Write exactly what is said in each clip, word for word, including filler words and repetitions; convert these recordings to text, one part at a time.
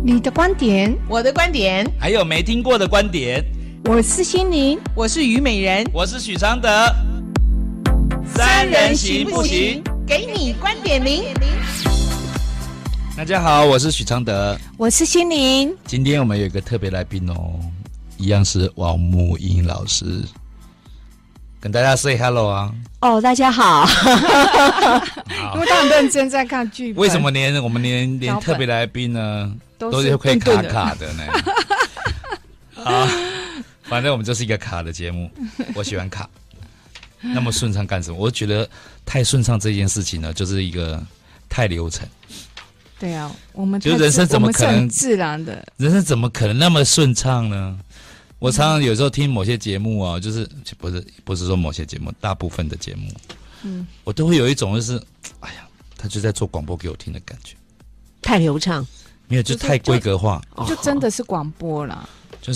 你的观点， 我的观点， 还有没听过的观点。 我是心灵， 我是虞美人， 我是许常德。三人行不行？ 给你观点零。 大家好，我是许常德， 我是心灵。 今天我们有一个特别来宾哦，一样是王木英老师，跟大家 say hello 啊。 哦，大家好。 因为他很认真在看剧本。 为什么连我们连连特别来宾呢都是会卡卡的呢？好，反正我们就是一个卡的节目，我喜欢卡。那么顺畅干什么？我觉得太顺畅这件事情呢，就是一个太流程。 对啊，我们就是人生怎么可能我们是很自然的？ 人生怎么可能那么顺畅呢？我常常有时候听某些节目啊，就是不是不是说某些节目，大部分的节目，嗯，我都会有一种就是，哎呀，他就在做广播给我听的感觉， 太流畅， 没有，就太规格化， 就, 就, 就真的是广播啦。 就是，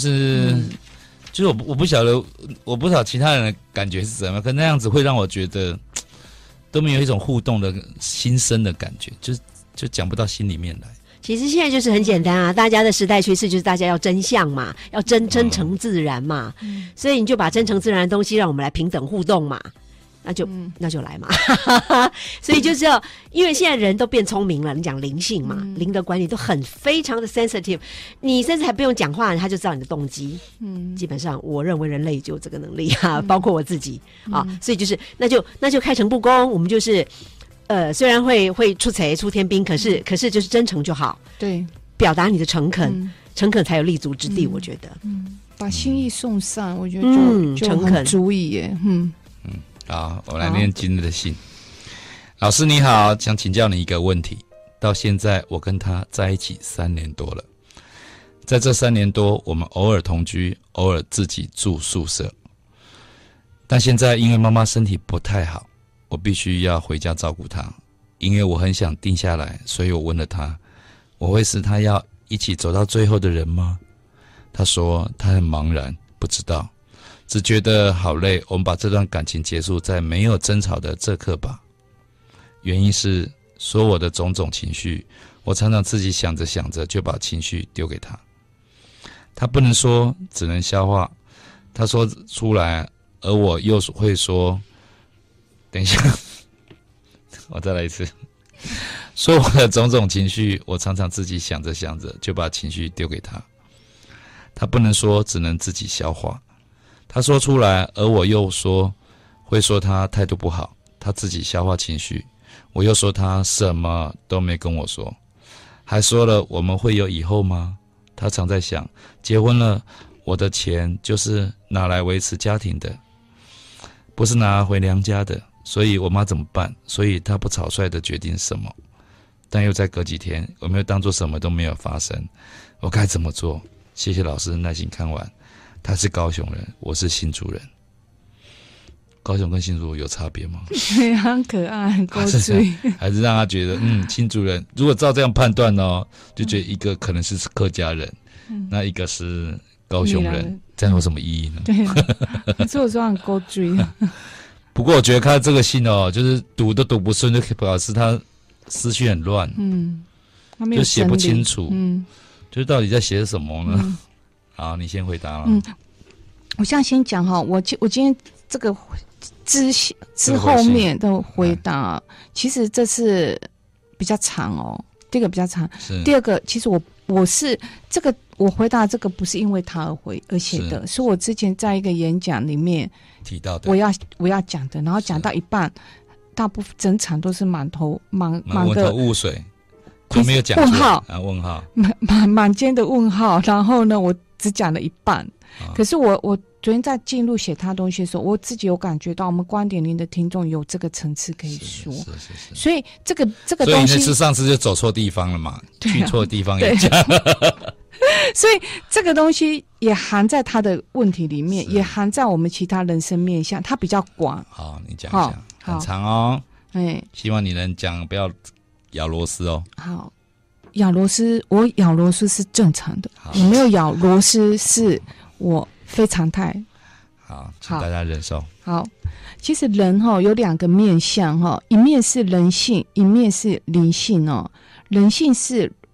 嗯、就是我我不晓得，我不知道其他人的感觉是怎么样，可那样子会让我觉得都没有一种互动的心声的感觉，就就讲不到心里面来。 其实现在就是很简单啊，大家的时代趋势就是大家要真相嘛，要真真诚自然嘛，嗯、所以你就把真诚自然的东西让我们来平等互动嘛，那就、嗯、那就来嘛。所以就是要，因为现在人都变聪明了，你讲灵性嘛，嗯、灵的管理都很非常的 sensitive， 你甚至还不用讲话，他就知道你的动机。嗯，基本上我认为人类就有这个能力啊，嗯、包括我自己啊，嗯、所以就是那就那就开诚布公，我们就是。呃，虽然会会出贼出天兵，可是、嗯、可是就是真诚就好。对，表达你的诚恳，嗯、诚恳才有立足之地。嗯、我觉得， 嗯，把心意送上，我觉得就、嗯、就很足以耶。嗯嗯，好，我来念今日的信。老师你好，想请教你一个问题。到现在我跟他在一起三年多了，在这三年多，我们偶尔同居，偶尔自己住宿舍。但现在因为妈妈身体不太好。我必须要回家照顾他，因为我很想定下来，所以我问了他，我会是他要一起走到最后的人吗？他说他很茫然，不知道，只觉得好累。我们把这段感情结束在没有争吵的这刻吧。原因是说我的种种情绪，我常常自己想着想着就把情绪丢给他，他不能说，只能消化。他说出来，而我又会说。等一下，我再来一次。说我的种种情绪，我常常自己想着想着就把情绪丢给他，他不能说，只能自己消化。他说出来，而我又说会说他态度不好，他自己消化情绪，我又说他什么都没跟我说，还说了我们会有以后吗？他常在想，结婚了，我的钱就是拿来维持家庭的，不是拿回娘家的。所以我妈怎么办？所以她不草率的决定什么，但又再隔几天，我没有当作什么都没有发生，我该怎么做？谢谢老师耐心看完。他是高雄人，我是新竹人。高雄跟新竹有差别吗？ 很可爱，很高追， 还是让他觉得嗯，新竹人。如果照这样判断哦，就觉得一个可能是客家人，嗯、那一个是高雄人，这样有什么意义呢？ 对，可是我说很高追。 不过我觉得他这个信哦，就是读都读不顺，就表示他思绪很乱，嗯，他没有就写不清楚，嗯，就是到底在写什么呢？嗯、好，你先回答了。嗯， 我现在先讲哈，我我今天这个之之后面的回答，其实这是比较长哦，第一个比较长，第二个其实我我是这个我回答这个不是因为他而回而写的，是, 是我之前在一个演讲里面。 提到的， 我要我要讲的，然后讲到一半，大部分整场都是满头满满的雾水，就没有讲问号啊问号， 满满满间的问号。然后呢，我只讲了一半。啊、可是我我昨天在进入写他东西的时候，我自己有感觉到，我们观点零的听众有这个层次可以说，是是 是, 是。所以这个这个东西， 所以那次上次就走错地方了嘛，啊、去错地方也讲。 所以这个东西也含在他的问题里面，也含在我们其他人生面向，它比较广。 好，你讲一下，很长哦。哎，希望你能讲，不要咬螺丝哦。 好，咬螺丝，我咬螺丝是正常的，我没有咬螺丝是我非常态。 好，请大家忍受。 好，其实人哈、哦、有两个面向哈、哦，一面是人性，一面是灵性哦。人性是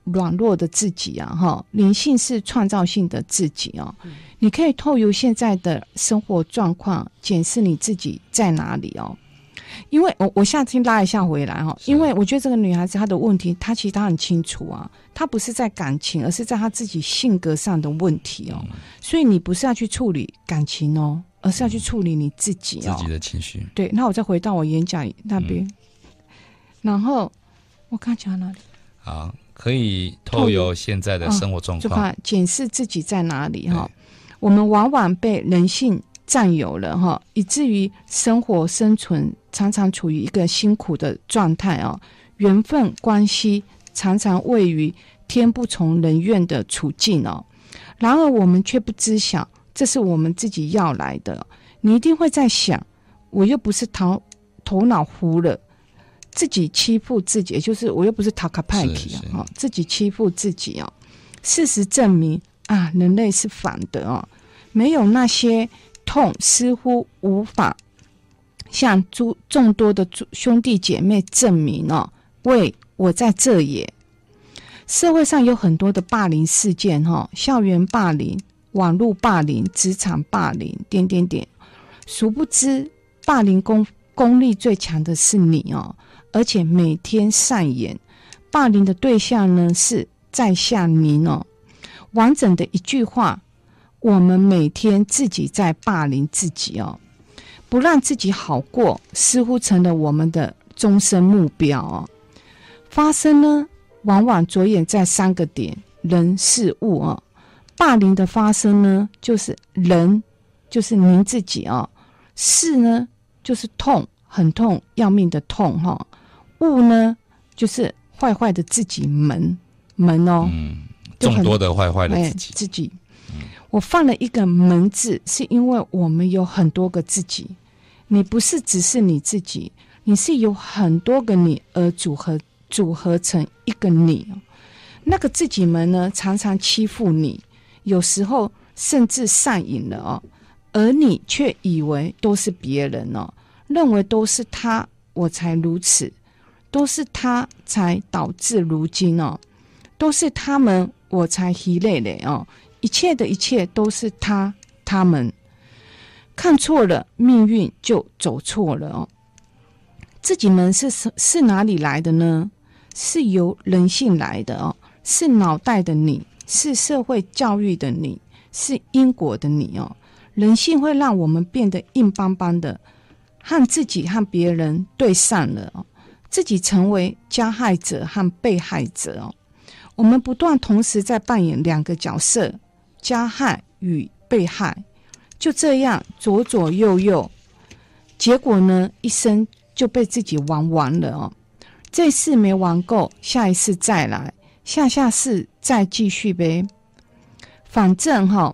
软弱的自己啊，哈，灵性是创造性的自己哦。嗯、你可以透由现在的生活状况检视你自己在哪里哦。因为我我下次拉一下回来哈，因为我觉得这个女孩子她的问题，她其实她很清楚啊，她不是在感情，而是在她自己性格上的问题哦。嗯、所以你不是要去处理感情哦，而是要去处理你自己哦， 自己的情绪。 对，那我再回到我演讲那边，嗯、然后我刚讲哪里？ 好，可以透由现在的生活状况， 啊、检视自己在哪里哈。我们往往被人性占有了哈，以至于生活生存常常处于一个辛苦的状态哦，缘分关系常常位于天不从人愿的处境哦。然而我们却不知晓，这是我们自己要来的。你一定会在想，我又不是头头脑糊了，自己欺负自己，也就是我又不是塔卡派克啊，自己欺负自己哦。事实证明啊，人类是反的哦，没有那些痛似乎无法向诸众多的兄弟姐妹证明哦，喂，我在这也。社会上有很多的霸凌事件哦，校园霸凌、网络霸凌、职场霸凌，点点点。殊不知，霸凌功功力最强的是你哦，而且每天上演。霸凌的对象呢是在下您哦。完整的一句话，我们每天自己在霸凌自己哦，不让自己好过，似乎成了我们的终身目标哦。发生呢，往往着眼在三个点：人、事、物哦。霸凌的发生呢，就是人，就是您自己哦；事呢，就是痛，很痛，要命的痛哈、哦；物呢，就是坏坏的自己们们哦。嗯， 众多的坏坏的自己。 哎、自己。我放了一个门字，是因为我们有很多个自己。你不是只是你自己，你是有很多个你而组合组合成一个你。那个自己们呢，常常欺负你，有时候甚至上瘾了哦，而你却以为都是别人哦，认为都是他我才如此，都是他才导致如今哦，都是他们我才疲累累哦。一切的一切都是他他们，看错了，命运就走错了哦。自己们是是哪里来的呢？是由人性来的哦，是脑袋的你，是社会教育的你，是因果的你哦。人性会让我们变得硬邦邦的，和自己和别人对上了哦，自己成为加害者和被害者哦。我们不断同时在扮演两个角色。加害与被害，就这样左左右右，结果呢，一生就被自己玩完了哦。这次没玩够，下一次再来，下下次再继续呗。反正哈、哦，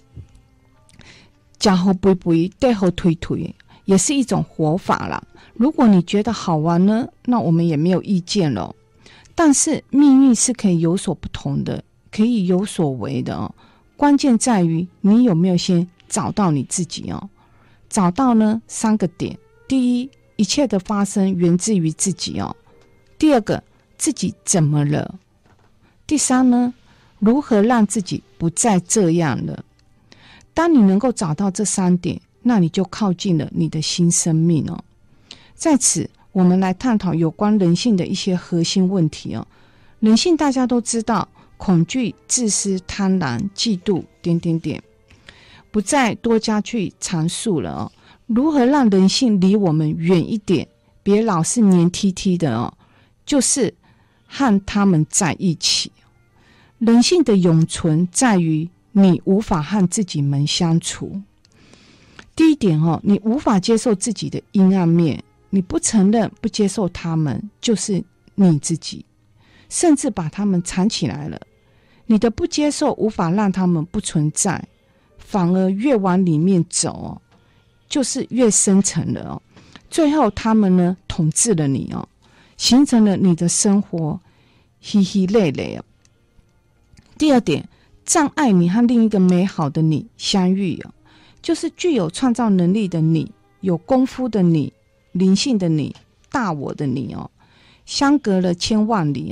假后不不，背后推推，也是一种活法啦。如果你觉得好玩呢，那我们也没有意见了。但是命运是可以有所不同的，可以有所为的哦。关键在于你有没有先找到你自己哦。找到呢三个点：第一，一切的发生源自于自己哦；第二个，自己怎么了；第三呢，如何让自己不再这样了。当你能够找到这三点，那你就靠近了你的新生命哦。在此，我们来探讨有关人性的一些核心问题哦。人性大家都知道。恐惧、自私、贪婪、嫉妒，点点点，不再多加去阐述了哦。如何让人性离我们远一点，别老是黏踢踢的哦？就是和他们在一起。人性的永存在于你无法和自己们相处。第一点哦，你无法接受自己的阴暗面，你不承认、不接受他们，就是你自己。甚至把他们藏起来了，你的不接受无法让他们不存在，反而越往里面走哦，就是越深层了哦。最后他们呢统治了你哦，形成了你的生活，稀稀累累哦。第二点，障碍你和另一个美好的你相遇哦，就是具有创造能力的你，有功夫的你，灵性的你，大我的你哦。相隔了千万里哦，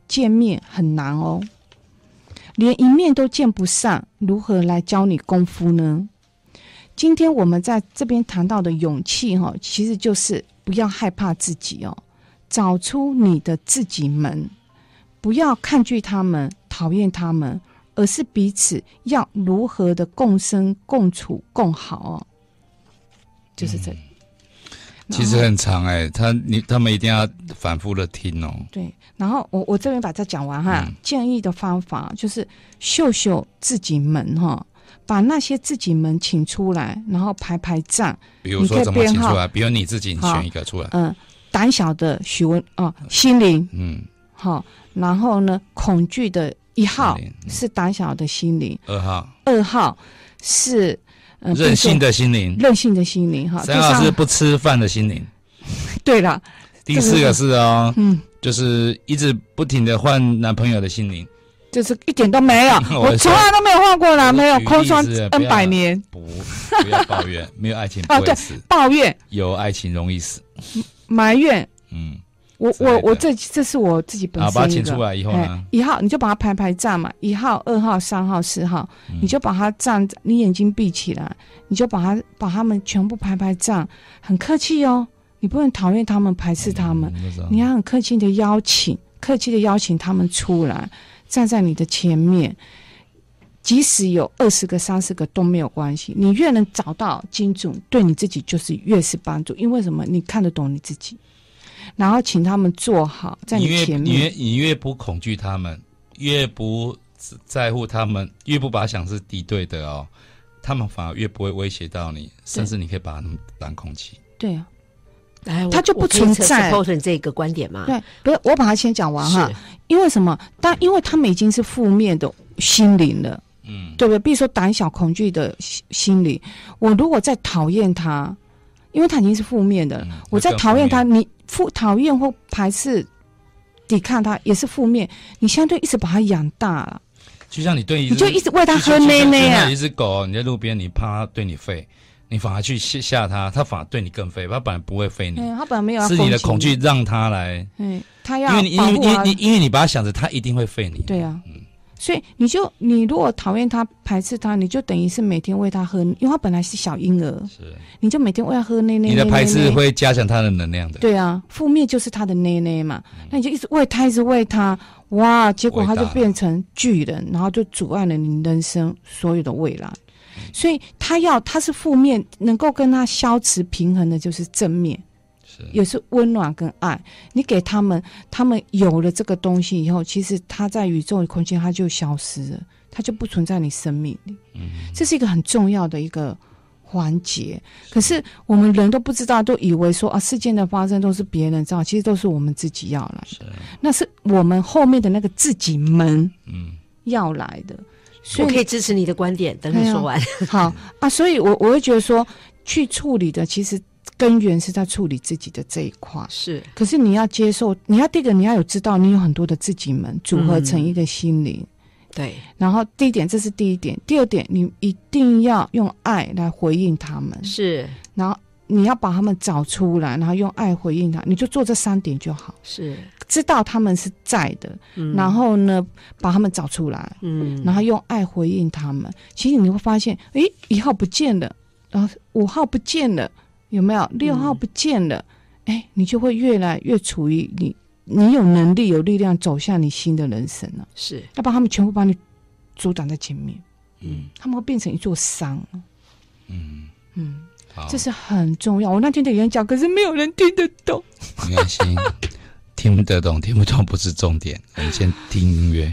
见面很难哦，连一面都见不上，如何来教你功夫呢？今天我们在这边谈到的勇气哈，其实就是不要害怕自己哦，找出你的自己们，不要抗拒他们、讨厌他们，而是彼此要如何的共生、共处、共好哦，就是这里。嗯、 其实很长哎、欸，他你他们一定要反复的听哦。 对，然后我我这边把它讲完哈、嗯，建议的方法就是秀秀自己们哈。把那些自己们请出来，然后排排站。 比如说怎么请出来？比如你自己你选一个出来。 嗯，胆小的许文哦，心灵。嗯，好，然后呢，恐惧的一号是胆小的心灵。 二号。 二号是、 呃、任性的心灵。 任性的心灵哈。 三号是不吃饭的心灵。 对了。 第四个是哦，嗯，就是一直不停的换男朋友的心灵。 就是一点都没有，我从来都没有换过男朋友，空窗 N 百年。 不，不要抱怨，没有爱情不会死。 哦、抱怨， 有爱情容易死。 埋怨，嗯，我我我这这是我自己本身一个。 把它请出来以后呢， 一号你就把它排排站嘛，一号、二号、三号、四号，嗯、你就把它站，你眼睛闭起来，你就把它把他们全部排排站，很客气哦，你不能讨厌他们、排斥他们，嗯、你要很客气的邀请，客气的邀请他们出来。站在你的前面，即使有二十个、三十个都没有关系。你越能找到精准，对你自己就是越是帮助。因为什么？你看得懂你自己，然后请他们做好，在你前面。 你越你越不恐惧他们，越不在乎他们，越不把他想是敌对的哦，他们反而越不会威胁到你，甚至你可以把他们当空气。 对啊。 哎， 它就不存在。 support 这个观点嘛？ 对，不是我把它先讲完哈。因为什么？但因为他们已经是负面的心灵了，嗯，对不对？比如说胆小、恐惧的心理，我如果再讨厌他，因为他已经是负面的了，嗯、我再讨厌他，你负讨厌或排斥、抵抗他也是负面，你相对一直把他养大了。 就像你对一只， 你就一直喂他喝奶奶啊！ 一只狗，你在路边，你怕它对你吠。你反而去吓它，它反而对你更吠，它本来不会吠你， 嗯，它本来没有要， 是你的恐惧让它来， 嗯，它要因为你因为你因为你把它想着它一定会吠你， 对啊，嗯，所以你就你如果讨厌它、排斥它，你就等于是每天喂它喝，因为它本来是小婴儿，是，你就每天喂它喝奶奶， 你的排斥会加强它的能量的， 对啊，负面就是它的奶奶嘛，嗯、那你就一直喂它，一直喂它，哇，结果它就变成巨人，然后就阻碍了你人生所有的未来。所以他要他是负面，能够跟他消持平衡的就是正面，是也是温暖跟爱。你给他们，他们有了这个东西以后，其实他在宇宙的空间他就消失了，他就不存在你生命里。嗯，这是一个很重要的一个环节。可是我们人都不知道，都以为说啊，事件的发生都是别人知道，其实都是我们自己要来的。那是我们后面的那个自己们，嗯，要来的。 所以我可以支持你的观点，等你说完。 好啊，所以我我会觉得说，去处理的其实根源是在处理自己的这一块。 是， 可是你要接受，你要第一个你要有知道，你有很多的自己们组合成一个心灵。嗯、 对。 然后第一点，这是第一点。第二点，你一定要用爱来回应他们。 是。 然后你要把他们找出来，然后用爱回应他，你就做这三点就好。 是。 知道他们是在的，嗯、然后呢，把他们找出来，嗯，然后用爱回应他们。其实你会发现，诶，一号不见了，然后五号不见了，有没有？六号不见了，哎、嗯，你就会越来越处于你，你有能力、有力量走向你新的人生了。 是， 要把他们全部把你阻挡在前面，嗯，他们会变成一座山，嗯嗯，这是很重要。我那天的演讲，可是没有人听得懂， 没关系。听不得懂，听不懂不是重点。我们先听音乐。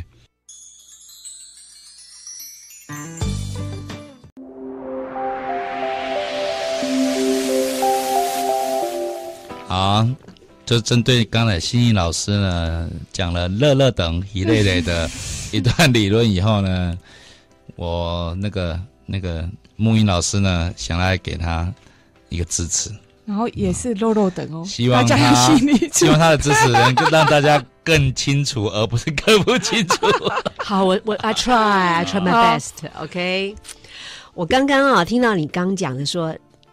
好，就针对刚才心怡老师呢讲了乐乐等一类类的一段理论以后呢，我那个那个木英老师呢想来给他一个支持。 然后也是肉肉等哦， 希望他希望他的支持人让大家更清楚，而不是更不清楚。 好，我我 I try I try my best，OK、okay? 我刚刚啊听到你刚讲的说，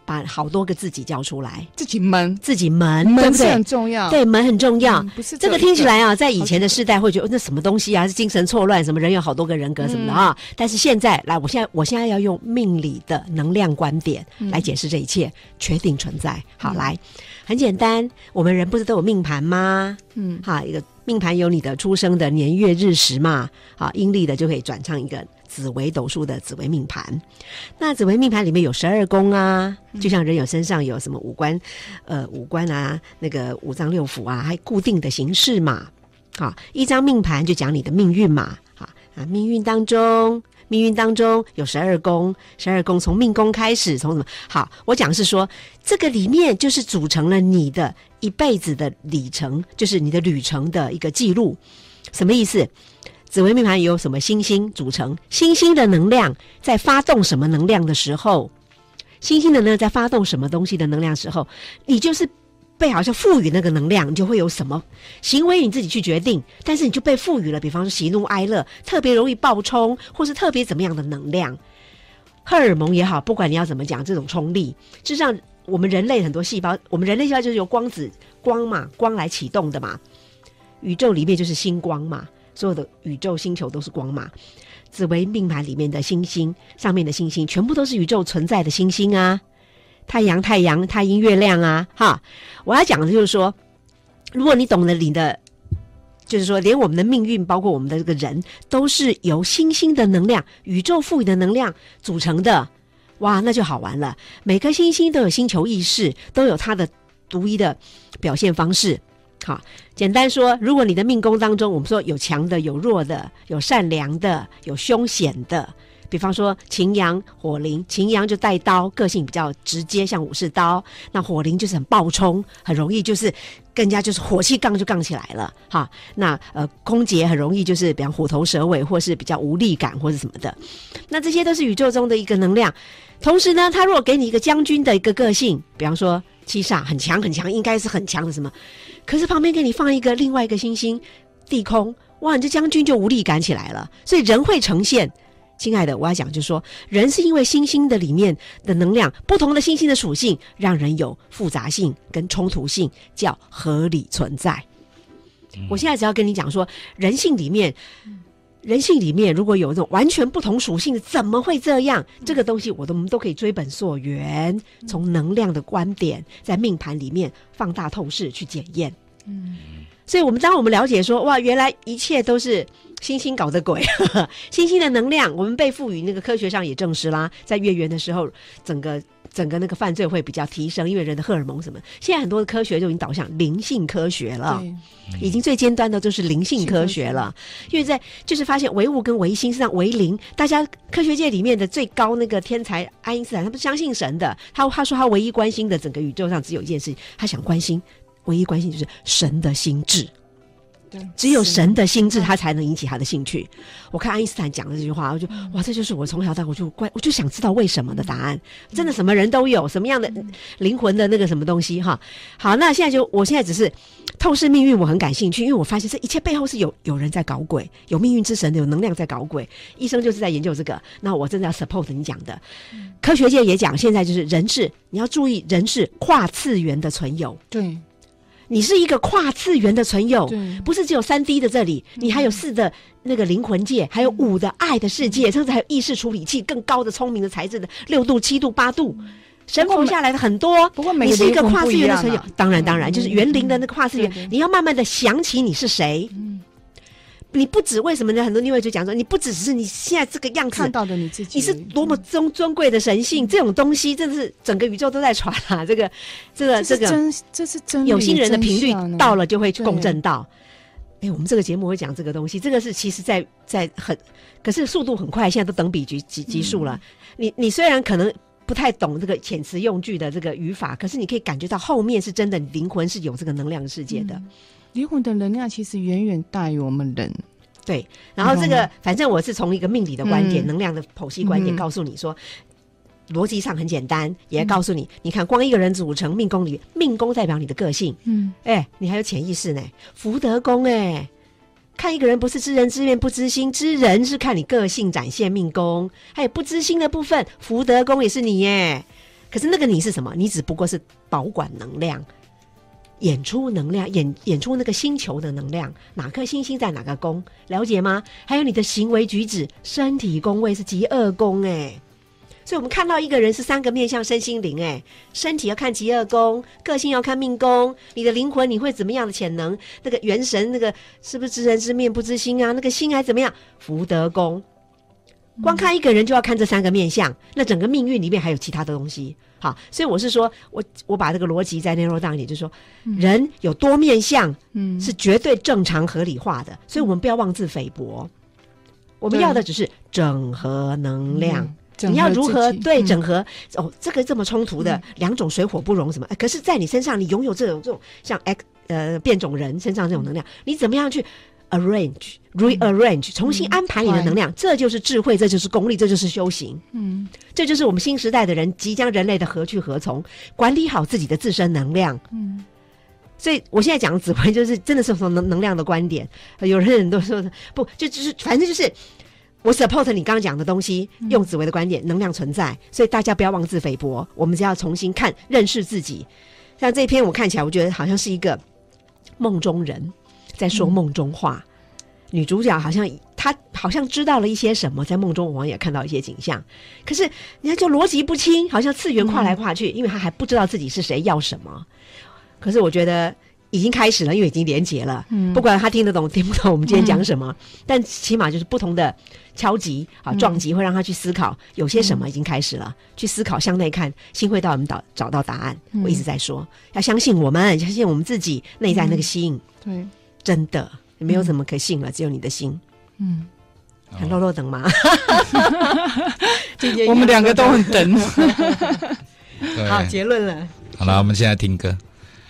把好多个自己叫出来， 自己门自己门， 门对不对？ 是很重要， 对，门很重要。 嗯不是这个听起来啊，在以前的世代会觉得、哦、那什么东西啊，是精神错乱，什么人有好多个人格什么的啊。嗯、但是现在来，我现在我现在要用命理的能量观点来解释这一切，嗯、确定存在。好，嗯、来，很简单，我们人不是都有命盘吗？嗯，好，一个命盘有你的出生的年月日时嘛，好，阴历的就可以转成一个紫微斗数的紫微命盘。那紫微命盘里面有十二宫啊，就像人有身上有什么五官，呃，五官啊，那个五脏六腑啊，还固定的形式嘛。好，一张命盘就讲你的命运嘛。好，啊，命运当中，命运当中有十二宫，十二宫从命宫开始，从什么？好，我讲是说，这个里面就是组成了你的一辈子的里程，就是你的旅程的一个记录。什么意思？紫微命盘有什么星星组成？星星的能量在发动什么能量的时候，星星的能量在发动什么东西的能量的时候，你就是被好像赋予那个能量，你就会有什么行为你自己去决定，但是你就被赋予了，比方说喜怒哀乐，特别容易爆冲，或是特别怎么样的能量，荷尔蒙也好，不管你要怎么讲，这种冲力，事实上我们人类很多细胞，我们人类细胞就是由光子光嘛，光来启动的嘛，宇宙里面就是星光嘛。所有的宇宙星球都是光嘛，紫微命盘里面的星星，上面的星星全部都是宇宙存在的星星啊，太阳太阳太阴月亮啊，哈，我要讲的就是说，如果你懂得你的，就是说连我们的命运包括我们的这个人都是由星星的能量，宇宙赋予的能量组成的，哇，那就好玩了，每颗星星都有星球意识，都有它的独一的表现方式。好，简单说，如果你的命宫当中，我们说有强的，有弱的，有善良的，有凶险的，比方说擎羊、火灵，擎羊就带刀，个性比较直接，像武士刀；那火灵就是很暴冲，很容易就是更加就是火气杠就杠起来了。哈，那呃空劫很容易就是比方虎头蛇尾，或是比较无力感或是什么的。那这些都是宇宙中的一个能量。同时呢，他如果给你一个将军的一个个性，比方说七煞很强很强，应该是很强的什么。可是旁边给你放一个另外一个星星地空，哇，你这将军就无力感起来了。所以人会呈现，亲爱的，我要讲就是说，人是因为星星的里面的能量，不同的星星的属性，让人有复杂性跟冲突性，叫合理存在。嗯、我现在只要跟你讲说，人性里面，人性里面如果有这种完全不同属性的，怎么会这样？这个东西我都我们都可以追本溯源，从能量的观点，在命盘里面放大透视去检验。嗯，所以我们当我们了解说，哇，原来一切都是星星搞的鬼，呵呵，星星的能量，我们被赋予那个科学上也证实啦，在月圆的时候，整个整个那个犯罪会比较提升，因为人的荷尔蒙什么，现在很多的科学就已经导向灵性科学了，已经最尖端的就是灵性科学了，因为在就是发现唯物跟唯心，实际上唯灵，大家科学界里面的最高那个天才爱因斯坦，他不相信神的，他他说他唯一关心的整个宇宙上只有一件事情，他想关心。唯一关心就是神的心智，只有神的心智他才能引起他的兴趣。我看爱因斯坦讲的这句话，我就哇，这就是我从小到我就关，我就想知道为什么的答案。真的什么人都有，什么样的灵魂的那个什么东西哈。好，那现在就我现在只是透视命运，我很感兴趣，因为我发现这一切背后是有有人在搞鬼，有命运之神，有能量在搞鬼。医生就是在研究这个，那我真的要 support 你讲的。科学界也讲，现在就是人是你要注意，人是跨次元的存有。 对。 你是一个跨次元的存有，不是只有三 D 的这里，你还有四的那个灵魂界，还有五的爱的世界，甚至还有意识处理器更高的聪明的材质的六度、七度、八度，神佛下来的很多。 不过每你是一个跨次元的存有，当然当然，就是园林的那个跨次元，你要慢慢的想起你是谁。你不止为什么呢？很多另外就讲说，你不只是你现在这个样子看到的你自己， 你是多么尊尊贵的神性，这种东西真的是整个宇宙都在传啊！这个这个这个， 这是真有心人的频率到了就会共振到。哎，我们这个节目会讲这个东西，这个是其实在在很，可是速度很快，现在都等比级级级数了。嗯、你你虽然可能不太懂这个遣词用句的这个语法，可是你可以感觉到后面是真的灵魂是有这个能量世界的。嗯灵魂的能量其实远远大于我们人， 对。然后这个，反正我是从一个命理的观点、嗯、能量的剖析观点告诉你说，逻辑上很简单，也告诉你，嗯、你看光一个人组成命宫里，命宫代表你的个性，嗯，哎，你还有潜意识呢，福德宫哎。看一个人不是知人知面不知心，知人是看你个性展现命宫，还有不知心的部分，福德宫也是你耶。 可是那个你是什么？你只不过是保管能量，演出能量，演演出那个星球的能量，哪颗星星在哪个宫，了解吗？还有你的行为举止，身体宫位是极恶宫哎。所以我们看到一个人是三个面向身心灵，哎，身体要看极恶宫，个性要看命宫，你的灵魂你会怎么样的潜能？那个元神那个是不是知人知面不知心啊？那个心还怎么样？福德宫，光看一个人就要看这三个面向，那整个命运里面还有其他的东西。好，所以我是说，我我把这个逻辑再 narrow down 一点，就是说，嗯、人有多面向，嗯，是绝对正常合理化的，所以我们不要妄自菲薄，我们要的只是整合能量。嗯你要如何对整合、嗯、哦？这个这么冲突的、嗯、两种水火不容什么？可是，在你身上，你拥有这种这种像 X 呃变种人身上这种能量，你怎么样去 arrange、rearrange，、嗯、重新安排你的能量？嗯、这就是智慧，这就是功力，这就是修行。嗯，这就是我们新时代的人即将人类的何去何从，管理好自己的自身能量。嗯。所以我现在讲的紫微就是真的是从能能量的观点，有人都说不，就就是反正就是。我 support 你刚刚讲的东西，用紫微的观点，能量存在，所以大家不要妄自菲薄，我们只要重新看认识自己。像这篇我看起来，我觉得好像是一个梦中人在说梦中话，嗯、女主角好像她好像知道了一些什么，在梦中我们也看到一些景象，可是人家就逻辑不清，好像次元跨来跨去，嗯、因为她还不知道自己是谁要什么。可是我觉得。已经开始了，因为已经连结了。嗯，不管他听得懂听不懂我们今天讲什么，嗯、但起码就是不同的敲击啊、撞击，会让他去思考有些什么已经开始了。嗯、去思考，向内看，心会到我们找找到答案。嗯、我一直在说，要相信我们，相信我们自己内在那个心。嗯、对，真的没有什么可信了，嗯、只有你的心。嗯，很漏漏等吗？ 我们两个都很等。 好，结论了。 好了，我们现在听歌。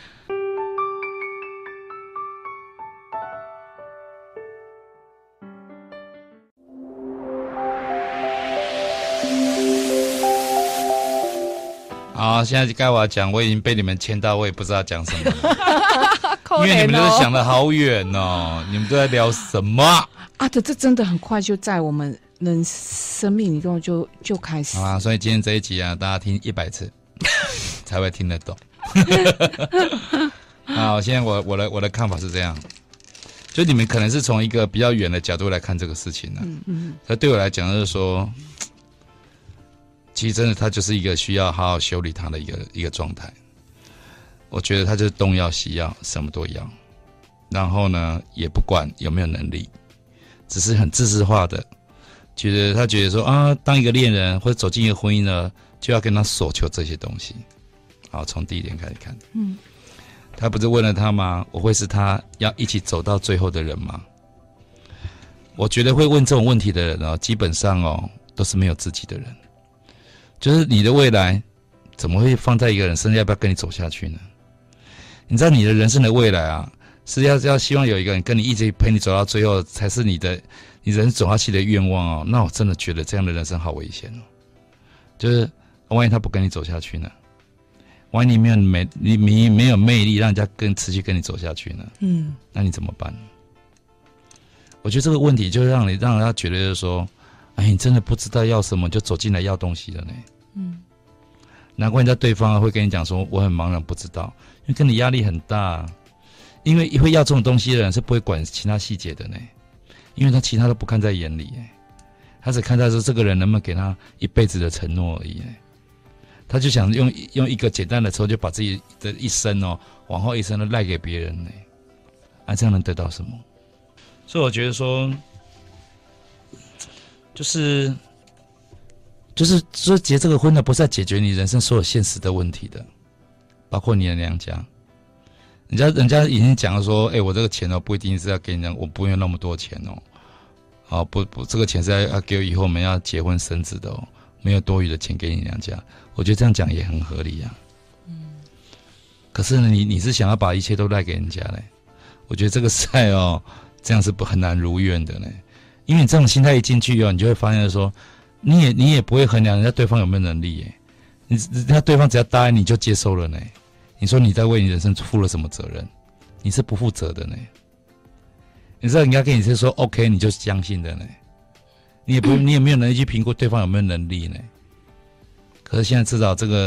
好，现在该我要讲，我已经被你们牵到，我也不知道讲什么了，因为你们都想得好远哦，你们都在聊什么啊？这这真的很快就在我们人生命里头就就开始。 好啊，所以今天这一集啊，大家听一百次才会听得懂。好，现在我我的我的看法是这样，就你们可能是从一个比较远的角度来看这个事情呢、啊。嗯嗯。那对我来讲就是说。其实真的，它就是一个需要好好修理它的一个一个状态。我觉得他就是东要西要，什么都要，然后呢，也不管有没有能力，只是很自私化的，觉得他觉得说啊，当一个恋人或者走进一个婚姻呢，就要跟他索求这些东西。好，从第一点开始看，嗯，他不是问了他吗？我会是他要一起走到最后的人吗？我觉得会问这种问题的人哦，基本上哦，都是没有自己的人。就是你的未来怎么会放在一个人身上，要不要跟你走下去呢？你知道你的人生的未来啊，是要要希望有一个人跟你一直陪你走到最后，才是你的你人走下去的愿望哦。那我真的觉得这样的人生好危险哦。就是万一他不跟你走下去呢？万一你没有美，你你没有魅力，让人家跟持续跟你走下去呢？嗯，那你怎么办？我觉得这个问题就让你让人家觉得就是说，哎，你真的不知道要什么就走进来要东西了呢。嗯，难怪人家对方会跟你讲说我很茫然不知道，因为跟你压力很大，因为会要这种东西的人是不会管其他细节的呢，因为他其他都不看在眼里，他只看在说这个人能不能给他一辈子的承诺而已，他就想用用一个简单的车就把自己的一生哦，往后一生都赖给别人呢，啊，这样能得到什么？所以我觉得说，就是。就是说结这个婚呢，不是在解决你人生所有现实的问题的，包括你的娘家，人家人家已经讲了说，哎、欸，我这个钱哦，不一定是要给人家，我不用那么多钱哦，好不不，这个钱是要要给我以后我们要结婚生子的哦，没有多余的钱给你娘家，我觉得这样讲也很合理啊。嗯，可是呢，你你是想要把一切都赖给人家嘞，我觉得这个赛哦，这样是不很难如愿的嘞，因为你这种心态一进去哦，你就会发现说。你也你也不会衡量人家对方有没有能力耶，你人家对方只要答应你就接受了呢。你说你在为你人生负了什么责任？你是不负责的呢。你知道人家跟你是说 OK， 你就相信的呢。你也不你也没有能力去评估对方有没有能力呢。可是现在至少这个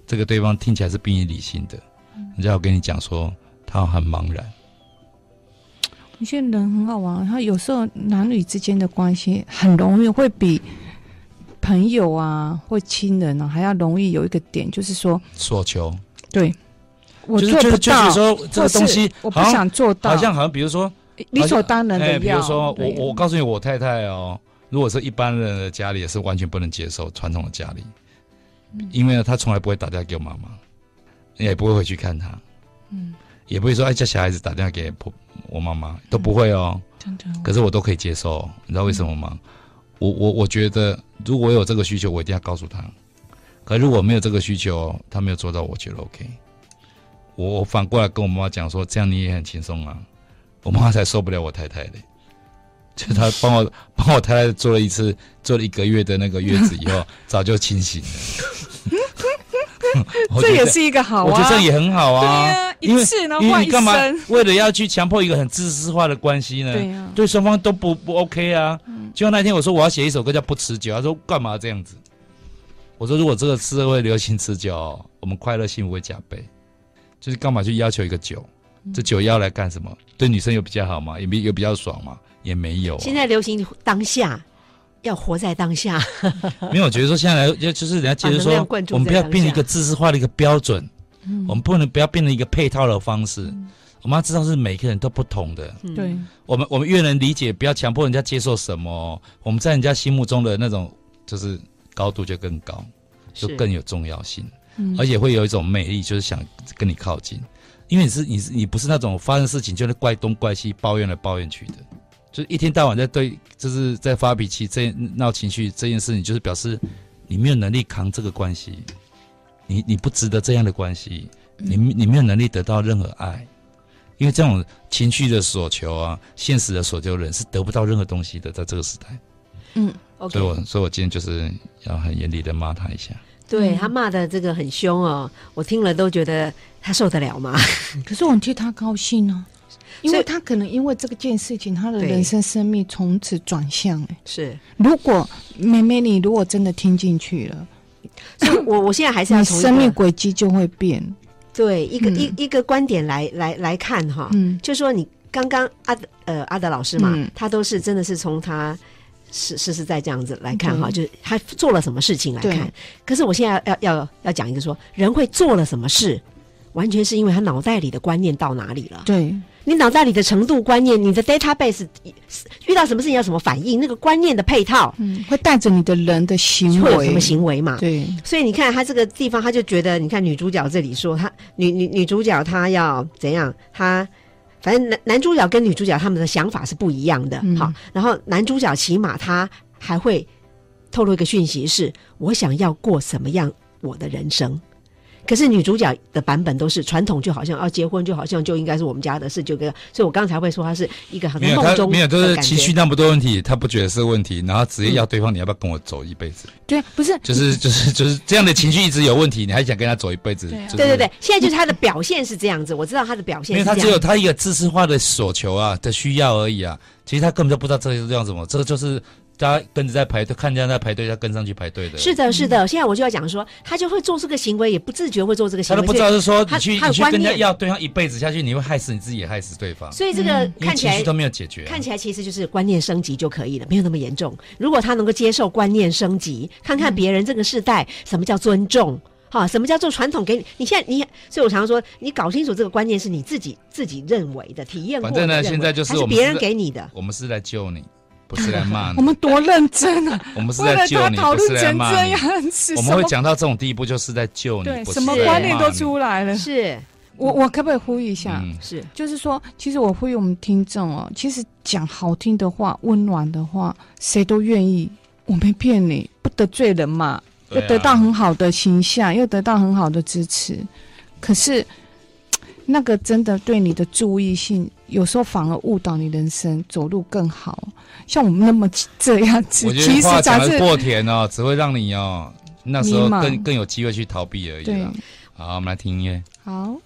这个对方听起来是比你理性的，人家要跟你讲说他很茫然。 有些人很好玩，他有时候男女之间的关系很容易会比朋友啊或亲人啊还要容易有一个点，就是说所求。 对，我就是做不到， 就是说这个东西我不想做到， 好像好像比如说理所当然的要。 比如说我我告诉你，我太太哦，如果是一般人的家里，也是完全不能接受传统的家里，嗯、因为呢，她从来不会打电话给我妈妈，也不会回去看她，嗯，也不会说哎叫小孩子打电话给我妈妈，都不会哦，真的。可是我都可以接受，你知道为什么吗？嗯、我我我觉得，如果我有这个需求，我一定要告诉她。可如果没有这个需求，她没有做到，我觉得 OK。我我反过来跟我妈妈讲说，这样你也很轻松啊。我妈妈才受不了我太太嘞，就她帮我帮我太太做了一次，做了一个月的那个月子以后，早就清醒了。 这也是一个好啊， 我觉得这也很好啊。 对啊，一次呢换一生， 为了要去强迫一个很自私化的关系呢？ 对啊， 对双方都不不 OK 啊。嗯、就像那天我说我要写一首歌叫《不持久》，他说干嘛这样子？我说如果这个社会流行持久，我们快乐幸福会加倍。就是干嘛去要求一个酒？这酒要来干什么？对女生有比较好吗？也比有比较爽吗？也没有、啊。 现在流行当下，要活在当下。 没有，我觉得说现在来就是人家觉得说，我们不要变成一个自私化的一个标准，嗯、我们不能不要变成一个配套的方式。嗯、我们要知道是每个人都不同的。 对、嗯， 我们我们越能理解，不要强迫人家接受什么，我们在人家心目中的那种就是高度就更高，就更有重要性。嗯、而且会有一种魅力，就是想跟你靠近，因为你是你是你不是那种发生事情就会怪东怪西、抱怨来抱怨去的，就是一天到晚在对，就是在发脾气、这闹情绪这件事情，就是表示你没有能力扛这个关系，你你不值得这样的关系，你你没有能力得到任何爱，因为这种情绪的所求啊，现实的所求的人是得不到任何东西的，在这个时代。 嗯 ，OK， 所以我所以我今天就是要很严厉的骂他一下。 对他骂的这个很凶哦，我听了都觉得他受得了吗？ 可是我很替他高兴啊，因为他可能因为这个件事情，他的人生生命从此转向。哎， 是。 如果妹妹你如果真的听进去了， 所以我我现在还是要从生命轨迹就会变。 对，一个、嗯、一一个观点来来来看哈，嗯，就说你刚刚阿呃阿德老师嘛，嗯、他都是真的是从他。是是是在这样子来看哈，就是他做了什么事情来看。可是我现在要要要讲一个说，人会做了什么事，完全是因为他脑袋里的观念到哪里了。 对， 你脑袋里的程度观念，你的 database 遇到什么事情要什么反应，那个观念的配套， 嗯，会带着你的人的行为， 会有什么行为嘛？ 对， 所以你看他这个地方，他就觉得，你看女主角这里说，她女女女主角她要怎样，她。反正男男主角跟女主角他们的想法是不一样的，嗯、好，然后男主角起码他还会透露一个讯息是，我想要过什么样我的人生。可是女主角的版本都是传统，就好像要结婚，就好像就应该是我们家的事，就跟所以我刚才会说他是一个很梦中没有，都是情绪那么多问题，他不觉得是问题，然后直接要对方、嗯、你要不要跟我走一辈子？ 对，不是， 就是就是就是这样的情绪一直有问题，你还想跟他走一辈子？对、 啊就是、对对对，现在就是他的表现是这样子，我知道他的表现是这样子， 因为他只有他一个自私化的所求啊的需要而已啊，其实他根本就不知道这个是这样什么，这个就是。大家跟着在排队，看人家在排队，他跟上去排队的。 是的，是的。嗯、现在我就要讲说，他就会做这个行为，也不自觉会做这个行为。 他都不知道是说你去你去跟人家要对方一辈子下去，你会害死你自己，也害死对方。 所以这个看起来、 嗯、情绪都没有解决、啊， 看起来其实就是观念升级就可以了，没有那么严重。如果他能够接受观念升级，看看别人这个世代什么叫尊重。哈，什么叫做传统给你？你现在你，所以我常常说，你搞清楚这个观念是你自己自己认为的、体验过的。 反正呢，现在就是我们是别人给你的， 我们是来救你。不是来骂你， 我们多认真啊！ 我们是在救你，不是来骂你。我们会讲到这种地步，就是在救你， 对，什么观念都出来了。 是我，我可不可以呼吁一下？ 嗯、 是， 就是说，其实我呼吁我们听众哦，其实讲好听的话、温暖的话，谁都愿意。我没骗你，不得罪人嘛，又得到很好的形象，又得到很好的支持。可是那个真的对你的注意性，有时候反而误导你人生，走路更好。像我们那么这样子， 我觉得话讲得过甜哦，只会让你哦那时候更更有机会去逃避而已啦。好，我们来听音乐。 好，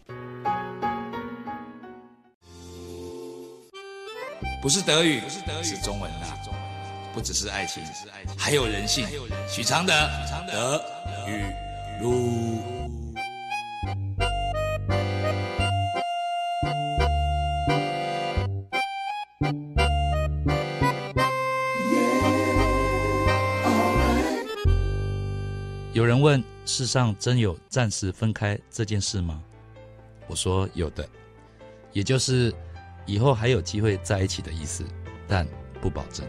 不是德语，是中文啦，不只是爱情，还有人性。许常德，德语路。 有人问，世上真有暂时分开这件事吗？我说有的，也就是以后还有机会在一起的意思，但不保证。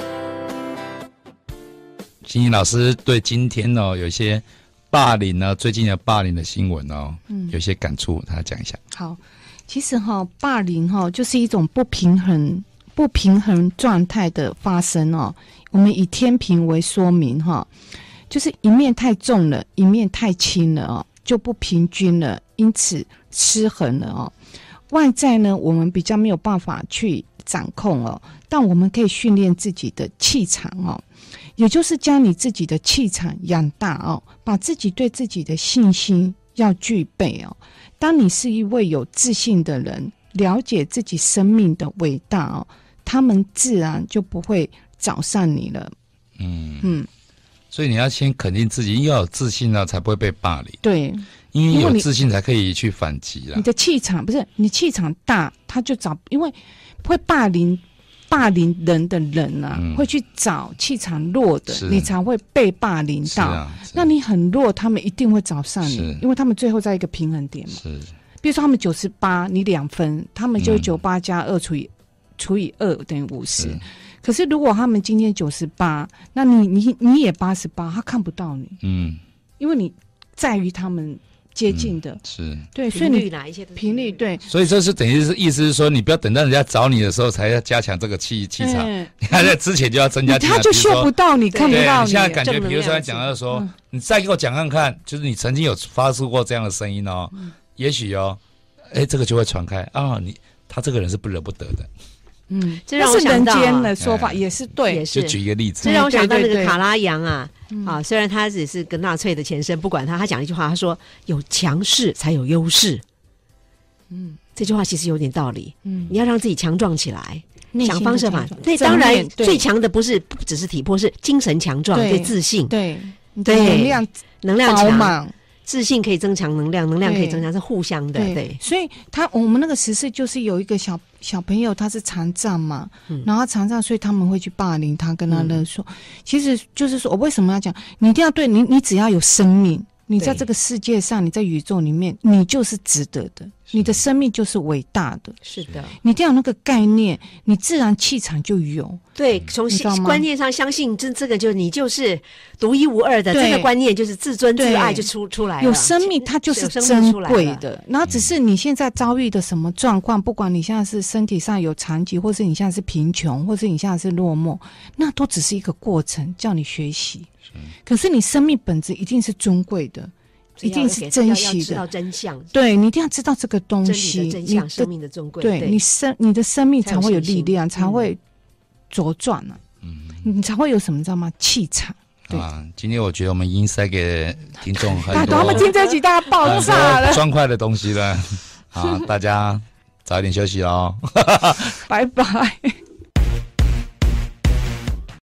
欣怡老师对今天哦有一些霸凌呢，最近的霸凌的新闻哦，嗯，有些感触，他讲一下。 好，其实哈、哦，霸凌哈、哦、就是一种不平衡、不平衡状态的发生哦。我们以天平为说明哈、哦，就是一面太重了，一面太轻了哦，就不平均了，因此失衡了哦。外在呢，我们比较没有办法去掌控哦，但我们可以训练自己的气场哦。也就是将你自己的气场养大哦，把自己对自己的信心要具备哦。当你是一位有自信的人，了解自己生命的伟大哦，他们自然就不会找上你了。嗯嗯， 所以你要先肯定自己，要有自信了，才不会被霸凌。 对， 因为有自信才可以去反击啦。 你的气场不是你气场大，他就找，因为会霸凌。霸凌人的人啊，嗯、会去找气场弱的，你才会被霸凌到。啊、那你很弱，他们一定会找上你，因为他们最后在一个平衡点嘛。是，比如说他们九十八，你两分，他们就九八加二除以、嗯、除以二等于五十。可是如果他们今天九十八，那你你你也八十八，他看不到你。嗯，因为你在于他们。接近的、嗯、是对，所以你频率对， 所以这是等于是意思是说，你不要等到人家找你的时候才要加强这个气气场，你还在之前就要增加气场， 他就嗅不到你，看不到你。 你现在感觉，比如说他讲到说、嗯，你再给我讲看看，就是你曾经有发出过这样的声音哦，嗯、也许哦，哎，这个就会传开啊，你他这个人是不惹不得的。 嗯，这让我想到、啊、是人间的说法，也是对， 也是。就举一个例子， 这让我想到那个卡拉扬啊，嗯、啊，虽然他只是个纳粹的前身，不管他，他讲一句话，他说有强势才有优势。嗯，这句话其实有点道理。嗯，你要让自己强壮起来，想方设法。对，当然最强的不是不只是体魄，是精神强壮，对自信， 对对能量能量强。自信可以增强能量，能量可以增强，是互相的。对，对所以他我们那个时事就是有一个小小朋友，他是残障嘛，嗯、然后他残障，所以他们会去霸凌他，跟他勒索。嗯、其实就是说，我为什么要讲？你一定要对你，你只要有生命，你在这个世界上，你在宇宙里面，你就是值得的，你的生命就是伟大的。 是的， 你一定要有那个概念，你自然气场就有。 对，从观念上相信这这个就你就是独一无二的，这个观念就是自尊自爱就出出来了。 有生命它就是珍贵的，然后只是你现在遭遇的什么状况，不管你现在是身体上有残疾，或是你现在是贫穷，或是你现在是落寞，那都只是一个过程，叫你学习。可是你生命本质一定是尊贵的。一定是珍惜的， 知道真相。 对，你一定要知道这个东西， 真理的真相，生命的尊贵。 对，你生你的生命才会有力量，才会茁壮啊。嗯，你才会有什么知道吗？气场。对啊， 今天我觉得我们已经塞给听众很多， 他们听这集大家爆炸了， 砖块的东西了。啊，大家早一点休息喽， 拜拜。